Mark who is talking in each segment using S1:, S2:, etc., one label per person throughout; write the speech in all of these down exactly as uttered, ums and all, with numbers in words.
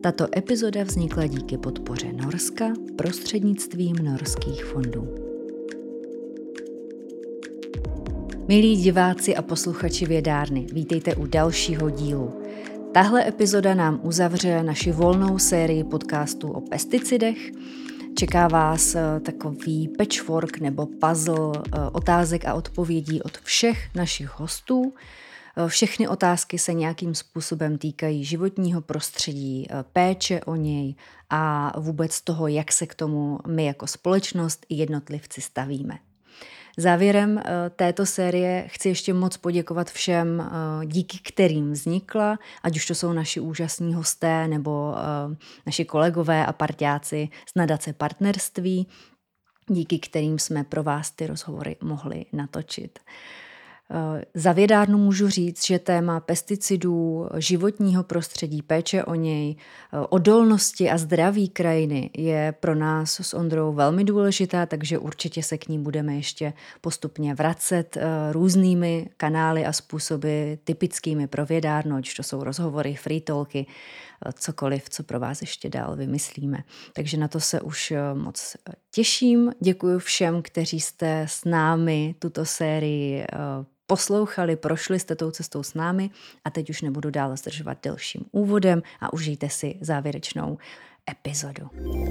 S1: Tato epizoda vznikla díky podpoře Norska prostřednictvím norských fondů. Milí diváci a posluchači Vědárny, vítejte u dalšího dílu. Tahle epizoda nám uzavře naši volnou sérii podcastů o pesticidech. Čeká vás takový patchwork nebo puzzle otázek a odpovědí od všech našich hostů. Všechny otázky se nějakým způsobem týkají životního prostředí, péče o něj a vůbec toho, jak se k tomu my jako společnost i jednotlivci stavíme. Závěrem této série chci ještě moc poděkovat všem, díky kterým vznikla, ať už to jsou naši úžasní hosté nebo naši kolegové a parťáci z nadace Partnerství, díky kterým jsme pro vás ty rozhovory mohli natočit. Za Vědárnu můžu říct, že téma pesticidů, životního prostředí, péče o něj, odolnosti a zdraví krajiny je pro nás s Ondrou velmi důležitá, takže určitě se k ní budeme ještě postupně vracet různými kanály a způsoby typickými pro Vědárnu, ať to jsou rozhovory, free talky, cokoliv, co pro vás ještě dál vymyslíme. Takže na to se už moc těším. Děkuji všem, kteří jste s námi tuto sérii poslouchali, prošli jste tou cestou s námi a teď už nebudu dál zdržovat delším úvodem a užijte si závěrečnou epizodu.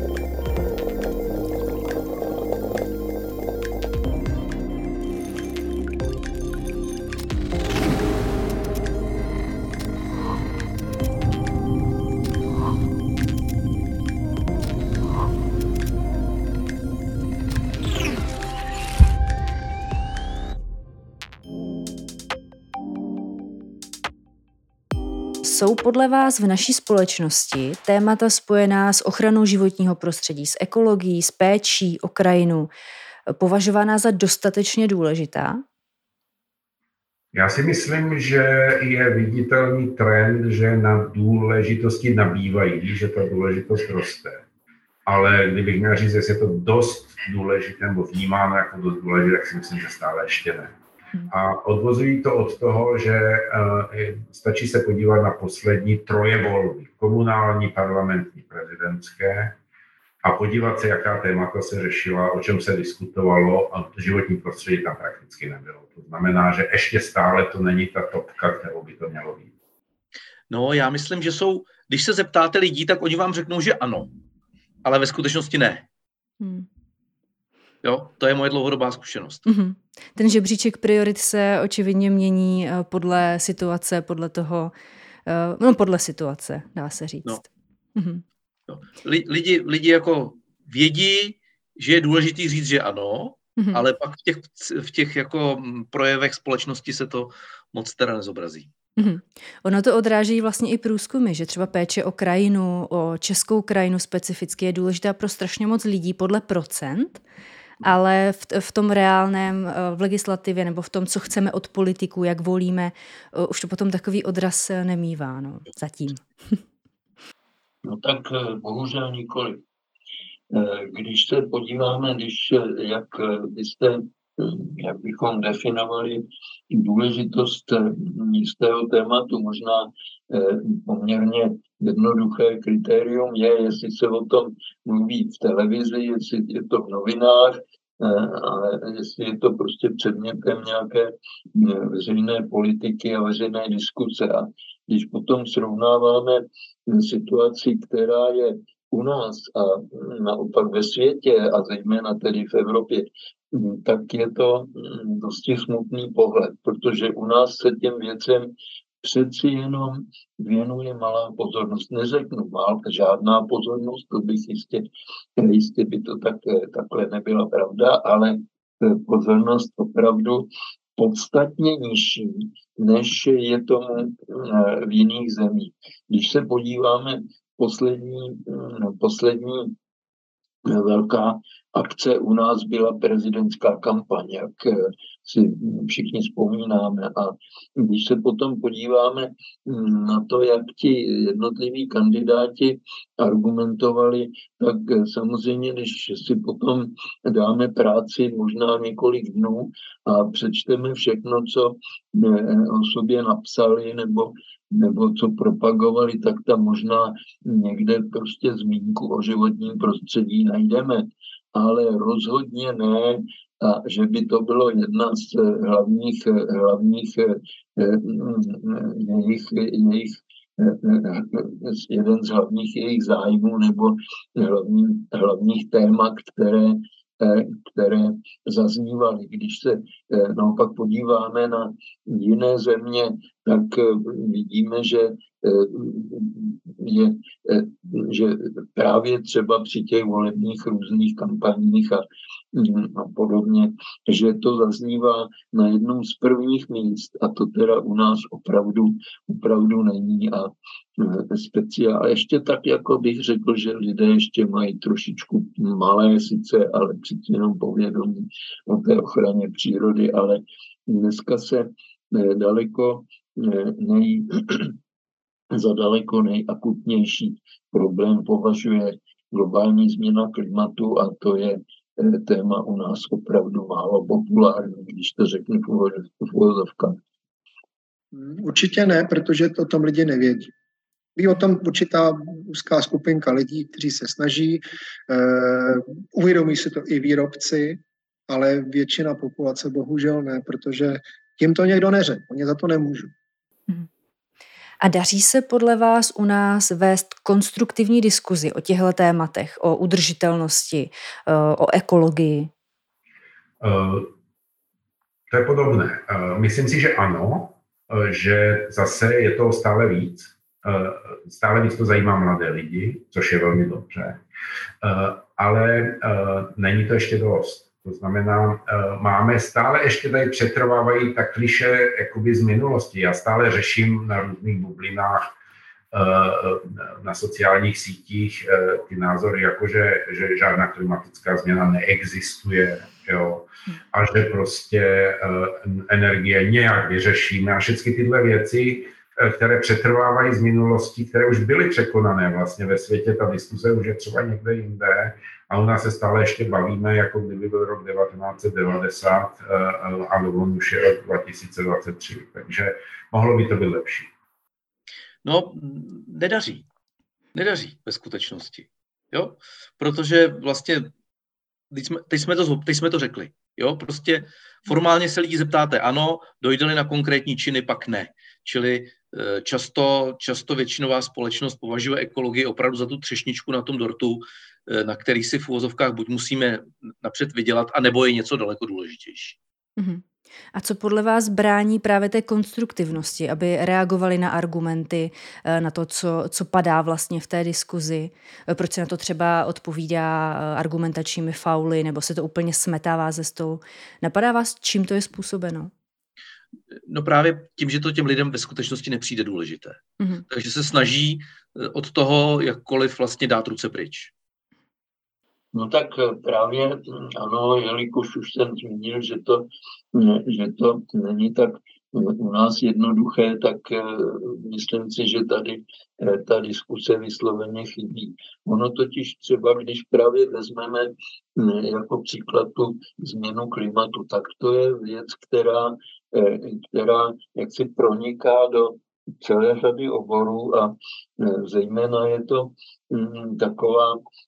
S1: Jsou podle vás v naší společnosti témata spojená s ochranou životního prostředí, s ekologií, s péčí o krajinu považována za dostatečně důležitá?
S2: Já si myslím, že je viditelný trend, že na důležitosti nabývají, že ta důležitost roste. Ale kdybych měl říct, jestli je to dost důležité nebo vnímáno jako dost důležité, tak si myslím, že stále ještě ne. A odvozují to od toho, že uh, stačí se podívat na poslední troje volby, komunální, parlamentní, prezidentské, a podívat se, jaká témata se řešila, o čem se diskutovalo, a životní prostředí tam prakticky nebylo. To znamená, že ještě stále to není ta topka, kterou by to mělo být.
S3: No, já myslím, že jsou, když se zeptáte lidí, tak oni vám řeknou, že ano, ale ve skutečnosti ne. Hmm. Jo, to je moje dlouhodobá zkušenost.
S1: Mm-hmm. Ten žebříček priorit se očividně mění podle situace, podle toho, no podle situace, dá se říct.
S3: No. Mm-hmm. No. Lidi, lidi jako vědí, že je důležitý říct, že ano, mm-hmm. ale pak v těch, v těch jako projevech společnosti se to moc teda nezobrazí.
S1: Mm-hmm. Ono to odráží vlastně i průzkumy, že třeba péče o krajinu, o českou krajinu specificky je důležitá pro strašně moc lidí podle procent, ale v, v tom reálném, v legislativě nebo v tom, co chceme od politiků, jak volíme, už to potom takový odraz nemívá, no, zatím.
S4: No tak bohužel nikoli. Když se podíváme, když, jak byste, jak bychom definovali důležitost jistého tématu, možná poměrně jednoduché kritérium je, jestli se o tom mluví v televizi, jestli je to v novinách, a jestli je to prostě předmětem nějaké veřejné politiky a veřejné diskuse. A když potom srovnáváme situaci, která je u nás a naopak ve světě a zejména tedy v Evropě, tak je to dosti smutný pohled, protože u nás se těm věcem přeci jenom věnuje malá pozornost. Neřeknu mal, žádná pozornost, to bych jistě, jistě by to tak, takhle nebyla pravda, ale pozornost opravdu podstatně nižší, než je tomu v jiných zemích. Když se podíváme poslední, poslední velká akce u nás byla prezidentská kampaň, jak si všichni vzpomínáme. A když se potom podíváme na to, jak ti jednotliví kandidáti argumentovali, tak samozřejmě, když si potom dáme práci možná několik dnů a přečteme všechno, co o sobě napsali nebo nebo co propagovali, tak tam možná někde prostě zmínku o životním prostředí najdeme, ale rozhodně ne, a že by to bylo jedna z hlavních, hlavních jejich, jejich jeden z hlavních jejich zájmů nebo hlavní, hlavních témat, které které zaznívaly. Když se naopak podíváme na jiné země, tak vidíme, že, je, že právě třeba při těch volebních různých kampaních a, a podobně, že to zaznívá na jednom z prvních míst a to teda u nás opravdu, opravdu není a speciál. A ještě tak, jako bych řekl, že lidé ještě mají trošičku malé sice, ale přeci jenom povědomí o té ochraně přírody, ale dneska se daleko nej, za daleko nejakutnější problém považuje globální změna klimatu a to je téma u nás opravdu málo populární, když to řeknu v uvozovkách.
S5: Určitě ne, protože to o tom lidi nevědí. Ví o tom určitá úzká skupinka lidí, kteří se snaží, uh, uvědomí si to i výrobci, ale většina populace bohužel ne, protože tím to někdo neřekl, oni za to nemůžou.
S1: A daří se podle vás u nás vést konstruktivní diskuzi o těchto tématech, o udržitelnosti, o ekologii?
S2: Uh, to je podobné. Uh, myslím si, že ano, uh, že zase je to stále víc. Uh, stále víc to zajímá mladé lidi, což je velmi dobře. Uh, ale uh, není to ještě dost. To znamená, máme stále ještě tady přetrvávají tak kliše jakoby z minulosti. Já stále řeším na různých bublinách, na sociálních sítích ty názory, jako že, že žádná klimatická změna neexistuje, jo, a že prostě energie nějak vyřešíme a všechny tyhle věci, které přetrvávají z minulosti, které už byly překonané vlastně ve světě, ta diskuse už je třeba někde jinde a u nás se stále ještě bavíme, jako kdyby byl rok devatenáct set devadesát a on už je rok dva tisíce dvacet tři, takže mohlo by to být lepší.
S3: No, nedaří. Nedaří ve skutečnosti, jo, protože vlastně teď jsme, teď jsme, to, teď jsme to řekli, jo, prostě formálně se lidi zeptáte ano, dojde-li na konkrétní činy, pak ne. Čili často, často většinová společnost považuje ekologii opravdu za tu třešničku na tom dortu, na který si v uvozovkách buď musíme napřed vydělat, anebo je něco daleko důležitější.
S1: Mm-hmm. A co podle vás brání právě té konstruktivnosti, aby reagovali na argumenty, na to, co, co padá vlastně v té diskuzi? Proč se na to třeba odpovídá argumentačními fauly, nebo se to úplně smetává ze stolu? Napadá vás, čím to je způsobeno?
S3: No právě tím, že to těm lidem ve skutečnosti nepřijde důležité. Mm-hmm. Takže se snaží od toho jakkoliv vlastně dát ruce pryč.
S4: No tak právě ano, jelikož už jsem zmínil, že to, že to není tak u nás jednoduché, tak myslím si, že tady ta diskuse vysloveně chybí. Ono totiž třeba, když právě vezmeme jako příklad tu změnu klimatu, tak to je věc, která, která jaksi proniká do celé řady oborů a zejména je to taková,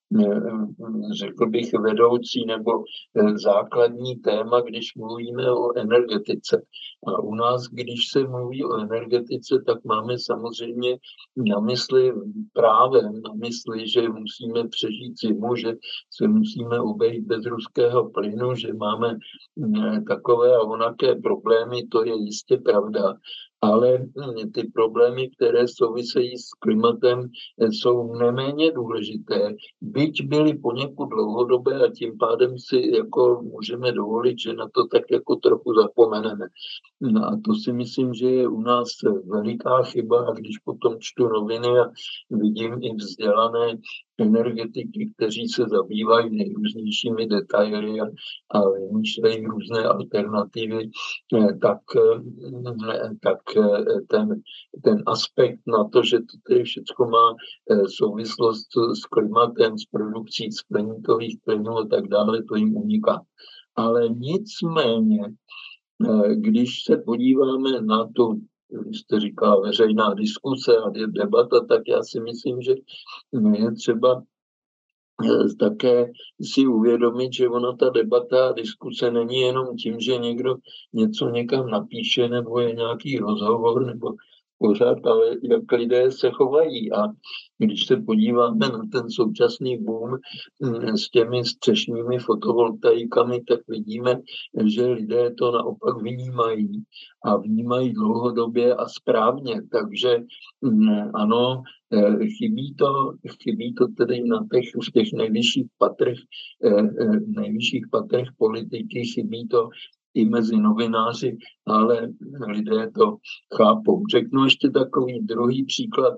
S4: řekl bych, vedoucí nebo základní téma, když mluvíme o energetice. A u nás, když se mluví o energetice, tak máme samozřejmě na mysli právě na mysli, že musíme přežít zimu, že se musíme obejít bez ruského plynu, že máme takové a onaké problémy, to je jistě pravda. Ale ty problémy, které souvisejí s klimatem, jsou neméně důležité, byť byly poněkud dlouhodobé a tím pádem si jako můžeme dovolit, že na to tak jako trochu zapomeneme. No a to si myslím, že je u nás veliká chyba a když potom čtu noviny a vidím i vzdělané energetiky, kteří se zabývají nejrůznějšími detaily a, a vymýšlejí různé alternativy, tak, tak ten, ten aspekt na to, že to tedy všechno má souvislost s klimatem, s produkcí skleníkových plynů a tak dále, to jim uniká. Ale nicméně, když se podíváme na tu, jste říká, veřejná diskuse a debata, tak já si myslím, že je třeba také si uvědomit, že ona ta debata a diskuse není jenom tím, že někdo něco někam napíše nebo je nějaký rozhovor nebo pořád, ale jak lidé se chovají. A když se podíváme na ten současný boom s těmi střešními fotovoltaikami, tak vidíme, že lidé to naopak vnímají a vnímají dlouhodobě a správně. Takže ano, chybí to, chybí to tedy na těch, v těch nejvyšších patrech, nejvyšších patrech politiky, chybí to i mezi novináři, ale lidé to chápou. Řeknu ještě takový druhý příklad.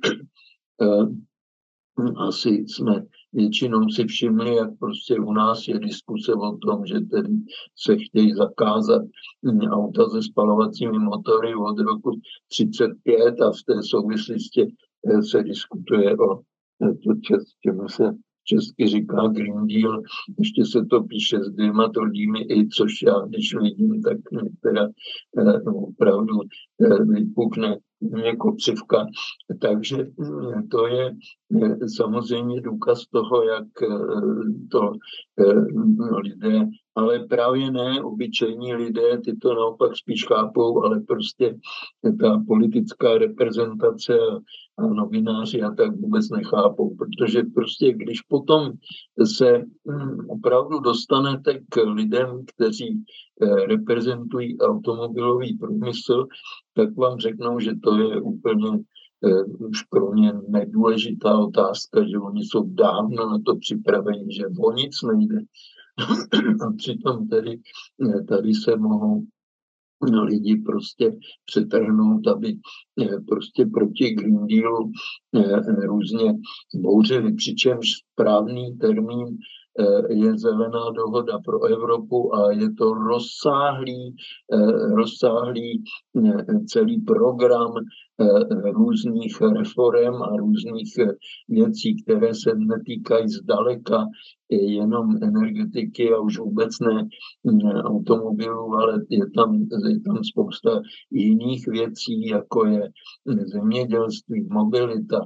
S4: Asi jsme většinou si všimli, jak prostě u nás je diskuse o tom, že tedy se chtějí zakázat auta se spalovacími motory od roku třicet pět a v té souvislosti se diskutuje o to, čemu se česky říká Green Deal, ještě se to píše s dvěma tvrdými i, což já, když vidím, tak mě teda no, opravdu vypukne jako křivka. Takže to je samozřejmě důkaz toho, jak to lidé, ale právě ne obyčejní lidé, ty to naopak spíš chápou, ale prostě ta politická reprezentace a novináři a tak vůbec nechápou, protože prostě když potom se opravdu dostanete k lidem, kteří reprezentují automobilový průmysl, tak vám řeknou, že to je úplně už pro ně nedůležitá otázka, že oni jsou dávno na to připraveni, že o nic nejde. A přitom tedy tady se mohou lidi prostě přetrhnout, aby prostě proti Green Dealu různě bouřili, přičemž správný termín je zelená dohoda pro Evropu a je to rozsáhlý, rozsáhlý celý program různých reforem a různých věcí, které se netýkají zdaleka jenom energetiky a už vůbec ne automobilů, ale je tam, je tam spousta jiných věcí, jako je zemědělství, mobilita,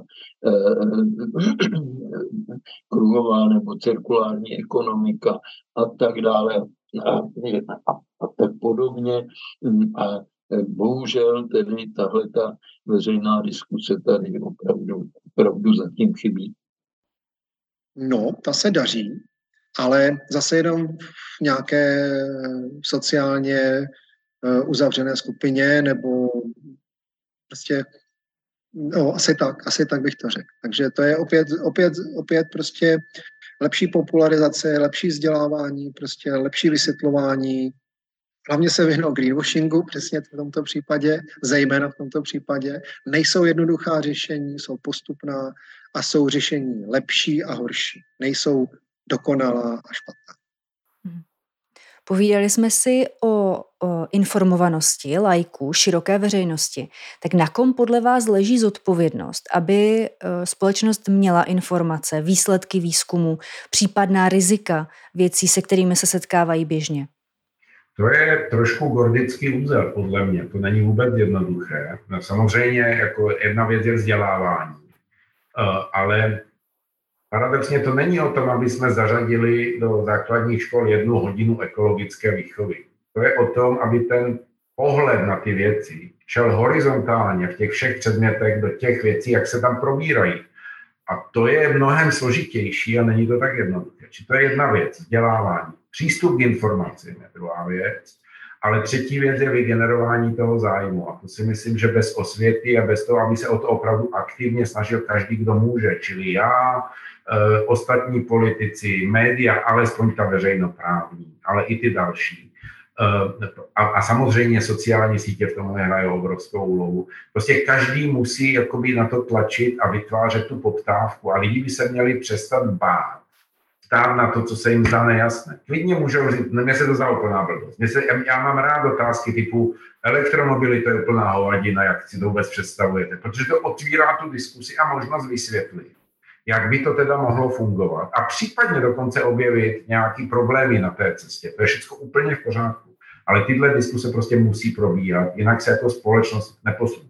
S4: kruhová nebo cirkulární ekonomika a tak dále a, a, a tak podobně. A bohužel tedy tahleta veřejná diskuse tady opravdu, opravdu zatím chybí.
S5: No, ta se daří, ale zase jenom v nějaké sociálně uzavřené skupině nebo prostě, no asi tak, asi tak bych to řekl. Takže to je opět, opět, opět prostě lepší popularizace, lepší vzdělávání, prostě lepší vysvětlování. Hlavně se vyhnou greenwashingu, přesně v tomto případě, zejména v tomto případě. Nejsou jednoduchá řešení, jsou postupná a jsou řešení lepší a horší. Nejsou dokonalá a špatná.
S1: Povídali jsme si o, o informovanosti laiků, široké veřejnosti. Tak na kom podle vás leží zodpovědnost, aby společnost měla informace, výsledky výzkumu, případná rizika věcí, se kterými se setkávají běžně?
S2: To je trošku gordický úzel, podle mě. To není vůbec jednoduché. No, samozřejmě jako jedna věc je vzdělávání, ale paradoxně to není o tom, aby jsme zařadili do základních škol jednu hodinu ekologické výchovy. To je o tom, aby ten pohled na ty věci šel horizontálně v těch všech předmětech do těch věcí, jak se tam probírají. A to je mnohem složitější a není to tak jednoduché. Či to je jedna věc, vzdělávání. Přístup k informacím je druhá věc, ale třetí věc je vygenerování toho zájmu. A to si myslím, že bez osvěty a bez toho, aby se o to opravdu aktivně snažil každý, kdo může, čili já, e, ostatní politici, média, alespoň ta veřejnoprávní, ale i ty další, A, a samozřejmě sociální sítě v tom hrají obrovskou úlohu. Prostě každý musí jakoby na to tlačit a vytvářet tu poptávku a lidi by se měli přestat bát, ptát na to, co se jim zdá nejasné. Klidně můžou říct, mně se to zdá úplná blbost. Se, já mám rád otázky typu elektromobily, to je úplná hovadina, jak si to vůbec představujete, protože to otvírá tu diskusi a možnost vysvětlit, jak by to teda mohlo fungovat a případně dokonce objevit nějaký problémy na té cestě. To je všechno úplně v pořádku. Ale tyhle diskuse prostě musí probíhat, jinak se jako společnost neposune.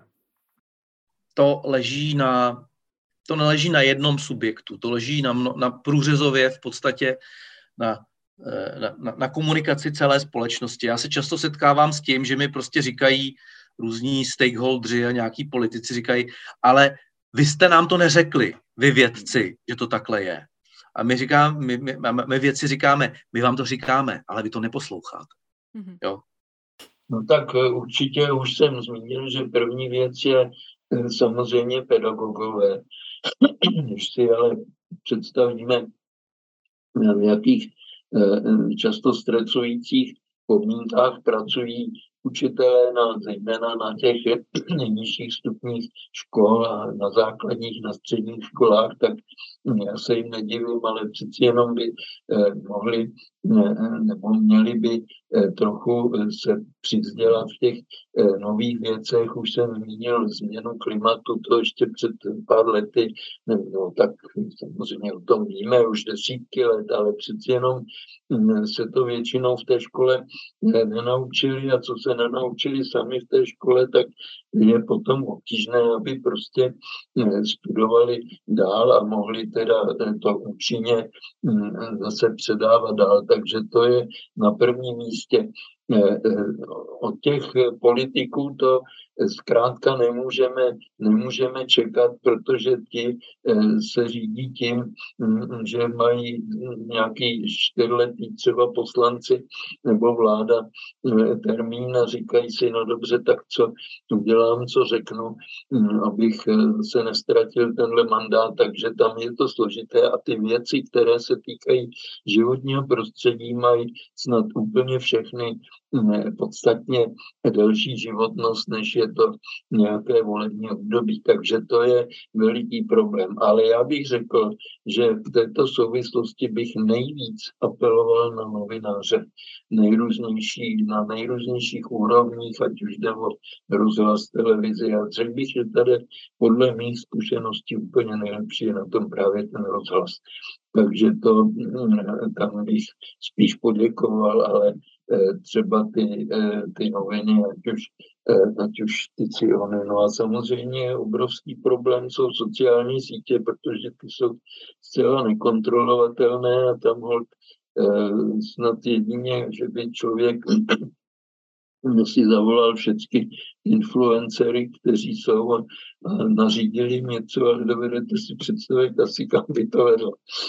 S3: To leží na, to neleží na jednom subjektu, to leží na, na průřezově v podstatě na, na, na, na komunikaci celé společnosti. Já se často setkávám s tím, že mi prostě říkají různí stakeholdři a nějaký politici říkají, ale vy jste nám to neřekli, vy vědci, že to takhle je. A my, říkám, my, my, my vědci říkáme, my vám to říkáme, ale vy to neposloucháte. Mm-hmm. Jo?
S4: No tak určitě už jsem zmínil, že první věc je samozřejmě pedagogové. Když si ale představíme, v jakých často stresujících podmínkách pracují učitelé, na, zejména na těch nejnižších stupních škol a na základních, na středních školách, tak já se jim nedivím, ale přeci jenom by eh, mohli ne, nebo měli by eh, trochu se přivzdělat v těch eh, nových věcech. Už jsem zmínil změnu klimatu, to ještě před pár lety, ne, no, tak samozřejmě o tom víme už desítky let, ale přeci jenom hm, se to většinou v té škole eh, nenaučili a co se nenaučili sami v té škole, tak je potom obtížné, aby prostě studovali dál a mohli teda to účinně zase předávat dál. Takže to je na prvním místě. Od těch politiků to zkrátka nemůžeme, nemůžeme čekat, protože ti se řídí tím, že mají nějaký čtyřletý třeba poslanci nebo vláda termín a říkají si, no dobře, tak co udělám, co řeknu, abych se nestratil tenhle mandát, takže tam je to složité a ty věci, které se týkají životního prostředí, mají snad úplně všechny podstatně delší životnost, než je to nějaké volební období. Takže to je veliký problém. Ale já bych řekl, že v této souvislosti bych nejvíc apeloval na novináře nejrůznější, na nejrůznějších úrovních, ať už jde o rozhlas, televizi. Já řekl bych, že tady podle mých zkušeností úplně nejlepší je na tom právě ten rozhlas. Takže to tam bych spíš poděkoval, ale třeba ty, ty noviny, ať už, ať už ty ciony. No a samozřejmě obrovský problém jsou sociální sítě, protože ty jsou zcela nekontrolovatelné a tam holt snad jedině, že by člověk si zavolal všechny influencery, kteří jsou a nařídili jim něco, ale dovedete si představit asi, kam by to vedlo.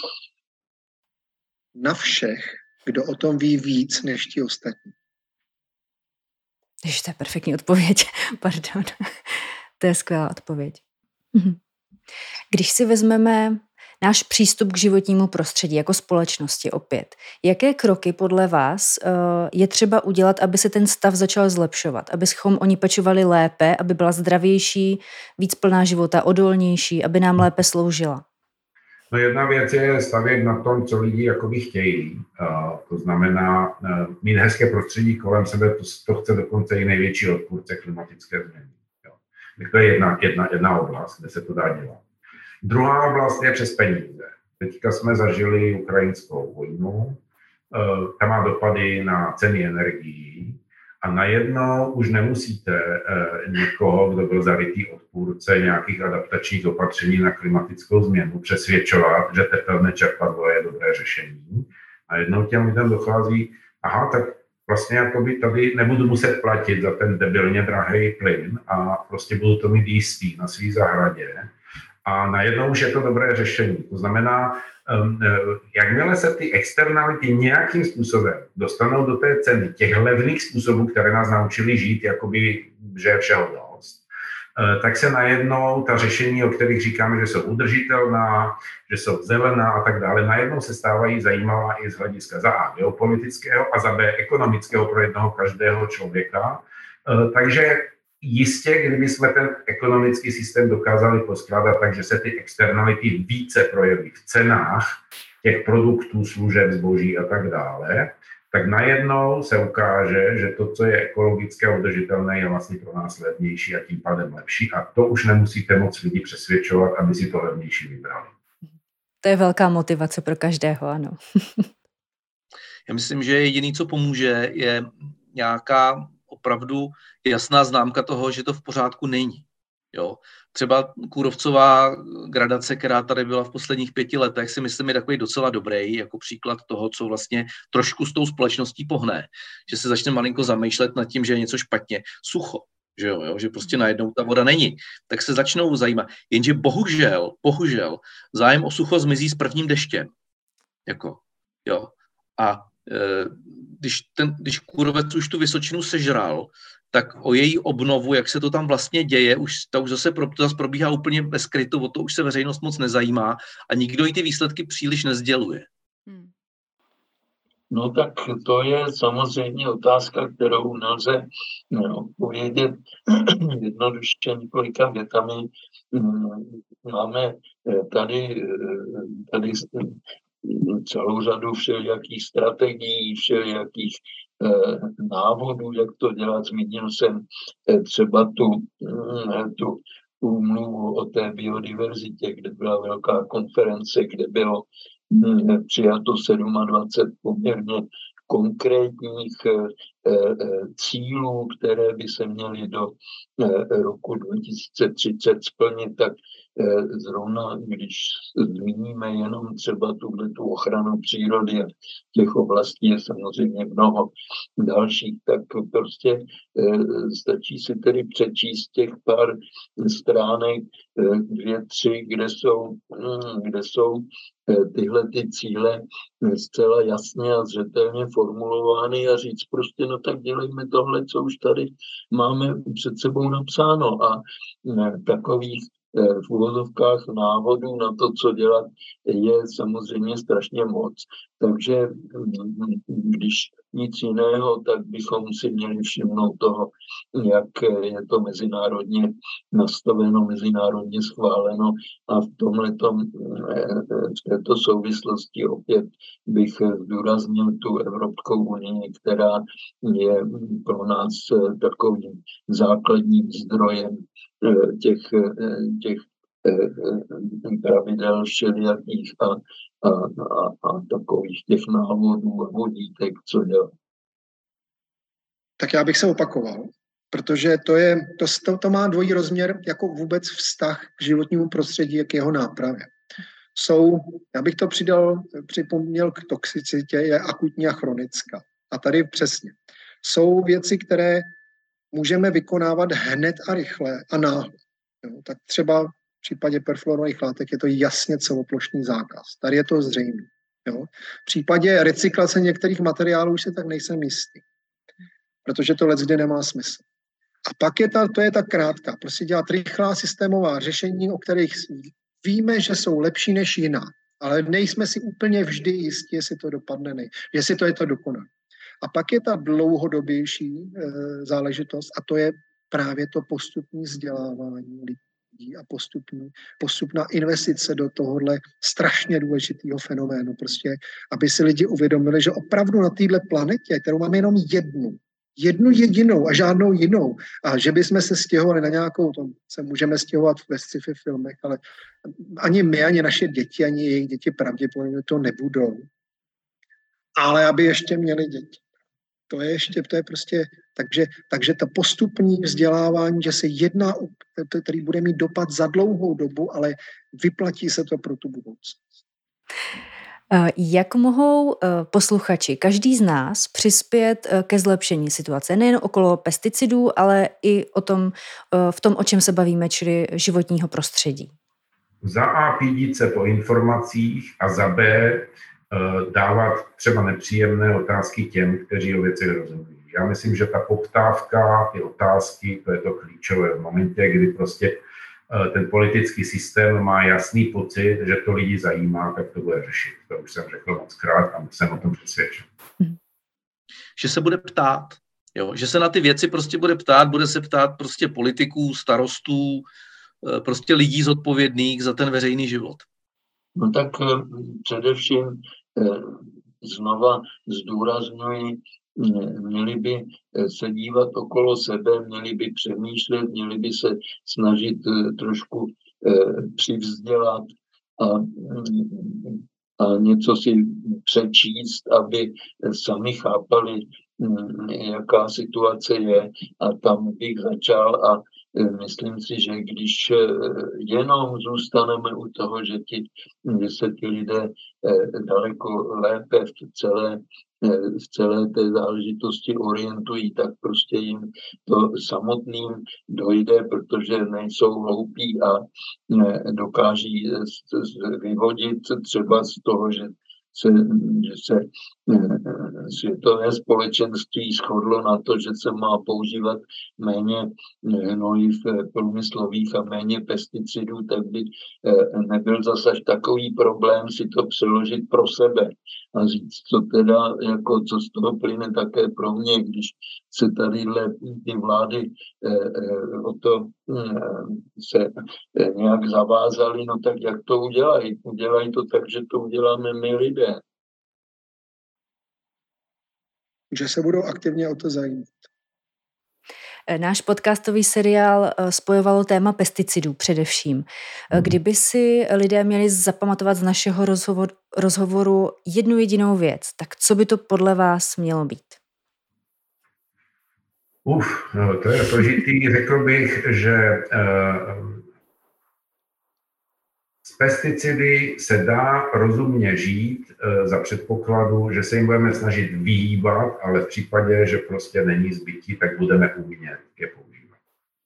S5: Na všech, kdo o tom ví víc než ti ostatní.
S1: Ježiš, to je perfektní odpověď. Pardon. To je skvělá odpověď. Když si vezmeme náš přístup k životnímu prostředí jako společnosti opět, jaké kroky podle vás je třeba udělat, aby se ten stav začal zlepšovat, abychom o ní pečovali lépe, aby byla zdravější, víc plná života, odolnější, aby nám lépe sloužila?
S2: No jedna věc je stavět na tom, co lidi jakoby chtějí. Uh, to znamená uh, mít hezké prostředí kolem sebe, to, to chce dokonce i největší odpůrce klimatické změny. Jo. To je jedna, jedna, jedna oblast, kde se to dá dělat. Druhá oblast je přes peníze. Teďka jsme zažili ukrajinskou vojnu, uh, ta má dopady na ceny energií a najednou už nemusíte uh, někoho, kdo byl zarytý odpůrce nějakých adaptačních opatření na klimatickou změnu, přesvědčovat, že tepelné čerpadlo je dobré řešení. A jednou těm lidem dochází, aha, tak vlastně jakoby tady nebudu muset platit za ten debilně drahý plyn a prostě budu to mít jistý na svý zahradě. A najednou už je to dobré řešení. To znamená, um, jakmile se ty externality nějakým způsobem dostanou do té ceny těch levných způsobů, které nás naučili žít, jakoby, že je všeho dost, tak se najednou ta řešení, o kterých říkáme, že jsou udržitelná, že jsou zelená a tak dále, najednou se stávají zajímavá i z hlediska za A geopolitického a za B ekonomického pro jednoho každého člověka. Takže jistě, kdyby jsme ten ekonomický systém dokázali poskládat, takže se ty externality více projeví v cenách těch produktů, služeb, zboží a tak dále, tak najednou se ukáže, že to, co je ekologické a udržitelné, je vlastně pro nás levnější a tím pádem lepší. A to už nemusíte moc lidi přesvědčovat, aby si to levnější vybrali.
S1: To je velká motivace pro každého, ano.
S3: Já myslím, že jediný, co pomůže, je nějaká opravdu jasná známka toho, že to v pořádku není. Jo. Třeba kůrovcová gradace, která tady byla v posledních pěti letech, si myslím, je takový docela dobrý, jako příklad toho, co vlastně trošku s tou společností pohne. Že se začne malinko zamýšlet nad tím, že je něco špatně. Sucho, že jo, jo, že prostě najednou ta voda není. Tak se začnou zajímat. Jenže bohužel, bohužel, zájem o sucho zmizí s prvním deštěm. Jako, jo. A e, když, ten, když kůrovec už tu Vysočinu sežral, tak o její obnovu, jak se to tam vlastně děje, už, ta už zase, pro, to zase probíhá úplně bez krytu, o to už se veřejnost moc nezajímá a nikdo jí ty výsledky příliš nezděluje. Hmm.
S4: No tak to je samozřejmě otázka, kterou nelze odpovědět jednoduše několika větami. Máme tady, tady celou řadu všelijakých strategií, všelijakých eh, návodů, jak to dělat. Zmínil jsem eh, třeba tu, eh, tu úmluvu o té biodiverzitě, kde byla velká konference, kde bylo hm, přijato dvacet sedm poměrně konkrétních eh, eh, cílů, které by se měly do eh, roku dva tisíce třicet splnit, tak eh, zrovna, když zmíníme jenom třeba tuhletu ochranu přírody a těch oblastí je samozřejmě mnoho dalších, tak prostě eh, stačí si tedy přečíst těch pár stránek, eh, dvě, tři, kde jsou, hm, kde jsou tyhle ty cíle zcela jasně a zřetelně formulovány a říct prostě, no tak dělejme tohle, co už tady máme před sebou napsáno a takových v uvozovkách návodů na to, co dělat, je samozřejmě strašně moc. Takže když nic jiného, tak bychom si měli všimnout toho, jak je to mezinárodně nastaveno, mezinárodně schváleno a v tomhletom, v této souvislosti opět bych zdůraznil tu Evropskou unii, která je pro nás takovým základním zdrojem těch, těch pravidel všelijakých a, a, a, a takových těch návodů a vodítek, co dělat.
S5: Tak já bych se opakoval, protože to, je, to, to má dvojí rozměr jako vůbec vztah k životnímu prostředí a k jeho nápravě. Jsou, já bych to přidal, připomněl k toxicitě, je akutní a chronická. A tady přesně. Jsou věci, které můžeme vykonávat hned a rychle a náhle. Jo, tak třeba v případě perfluorovaných látek je to jasně celoplošný zákaz. Tady je to zřejmé. Jo. V případě recyklace některých materiálů už se tak nejsem jistý, protože to leckdy nemá smysl. A pak je ta, to je ta krátká, prostě dělat rychlá systémová řešení, o kterých víme, že jsou lepší než jiná, ale nejsme si úplně vždy jistí, jestli to dopadne, nej, jestli to je to dokonalé. A pak je ta dlouhodobější e, záležitost a to je právě to postupné vzdělávání lidí a postupný, postupná investice do tohohle strašně důležitého fenoménu. Prostě, aby si lidi uvědomili, že opravdu na téhle planetě, kterou máme jenom jednu, jednu jedinou a žádnou jinou, a že bychom se stěhovali na nějakou, to se můžeme stěhovat ve sci-fi filmech, ale ani my, ani naše děti, ani jejich děti pravděpodobně to nebudou. Ale aby ještě měli děti. To je ještě, to je prostě, takže, takže to postupní vzdělávání, že se jedná, který bude mít dopad za dlouhou dobu, ale vyplatí se to pro tu budoucnost.
S1: Jak mohou posluchači, každý z nás, přispět ke zlepšení situace, nejen okolo pesticidů, ale i o tom, v tom, o čem se bavíme, čili životního prostředí?
S2: Za A pídit se po informacích a za B dávat třeba nepříjemné otázky těm, kteří o věcech rozumí. Já myslím, že ta poptávka, ty otázky, to je to klíčové v momentě, kdy prostě ten politický systém má jasný pocit, že to lidi zajímá, tak to bude řešit. To už jsem řekl mockrát a jsem o tom přesvědčen.
S3: Že se bude ptát, jo? Že se na ty věci prostě bude ptát, bude se ptát prostě politiků, starostů, prostě lidí zodpovědných za ten veřejný život.
S4: No tak především znova zdůrazňuji, měli by se dívat okolo sebe, měli by přemýšlet, měli by se snažit trošku přivzdělat a, a něco si přečíst, aby sami chápali, jaká situace je, a tam bych začal a myslím si, že když jenom zůstaneme u toho, že, ti, že se ti lidé daleko lépe v celé, v celé té záležitosti orientují, tak prostě jim to samotným dojde, protože nejsou hloupí a dokáží vyvodit třeba z toho, že se, že se světové společenství shodlo na to, že se má používat méně hnojiv průmyslových a méně pesticidů, tak by nebyl zase až takový problém si to přeložit pro sebe a říct, co teda, jako co z toho plyne také pro mě, když se tadyhle ty vlády o to se nějak zavázali, no tak jak to udělají? Udělají to tak, že to uděláme my lidé.
S5: Že se budou aktivně o to zajímat.
S1: Náš podcastový seriál spojovalo téma pesticidů především. Kdyby si lidé měli zapamatovat z našeho rozhovor, rozhovoru jednu jedinou věc, tak co by to podle vás mělo být?
S2: Uf, no, to je složitý. Řekl bych, že uh, s pesticidy se dá rozumně žít uh, za předpokladu, že se jim budeme snažit vyhýbat, ale v případě, že prostě není zbytí, tak budeme umět je používat.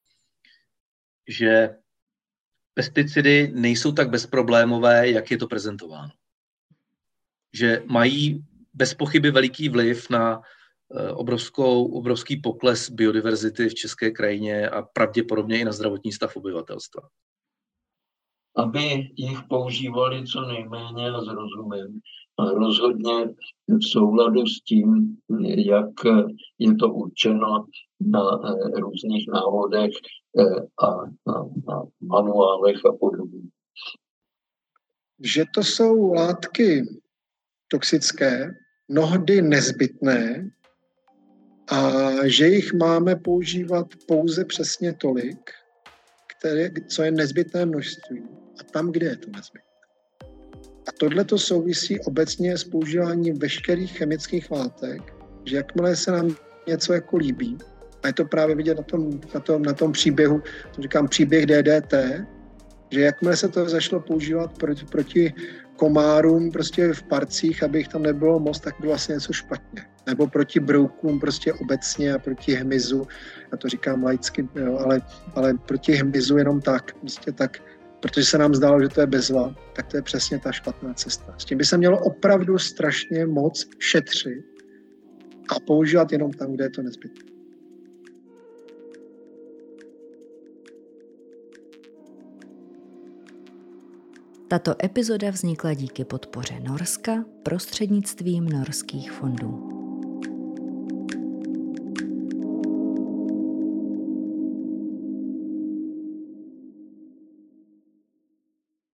S3: Že pesticidy nejsou tak bezproblémové, jak je to prezentováno. Že mají bez pochyby veliký vliv na obrovskou, obrovský pokles biodiverzity v české krajině a pravděpodobně i na zdravotní stav obyvatelstva.
S4: Aby jich používali co nejméně a s rozumem. A rozhodně v souladu s tím, jak je to určeno na různých návodech a na, na manuálech a podobně.
S5: Že to jsou látky toxické, mnohdy nezbytné, a že jich máme používat pouze přesně tolik, které, co je nezbytné množství a tam, kde je to nezbytné. A tohle to souvisí obecně s používáním veškerých chemických látek, že jakmile se nám něco jako líbí, a je to právě vidět na tom, na tom, na tom příběhu, to říkám příběh D D T, že jakmile se to zašlo používat proti, proti komárům prostě v parcích, aby jich tam nebylo moc, tak bylo vlastně něco špatně. Nebo proti broukům prostě obecně a proti hmyzu, já to říkám laicky, jo, ale, ale proti hmyzu jenom tak, prostě tak, protože se nám zdálo, že to je bezva, tak to je přesně ta špatná cesta. S tím by se mělo opravdu strašně moc šetřit a používat jenom tam, kde je to nezbytné.
S1: Tato epizoda vznikla díky podpoře Norska prostřednictvím norských fondů.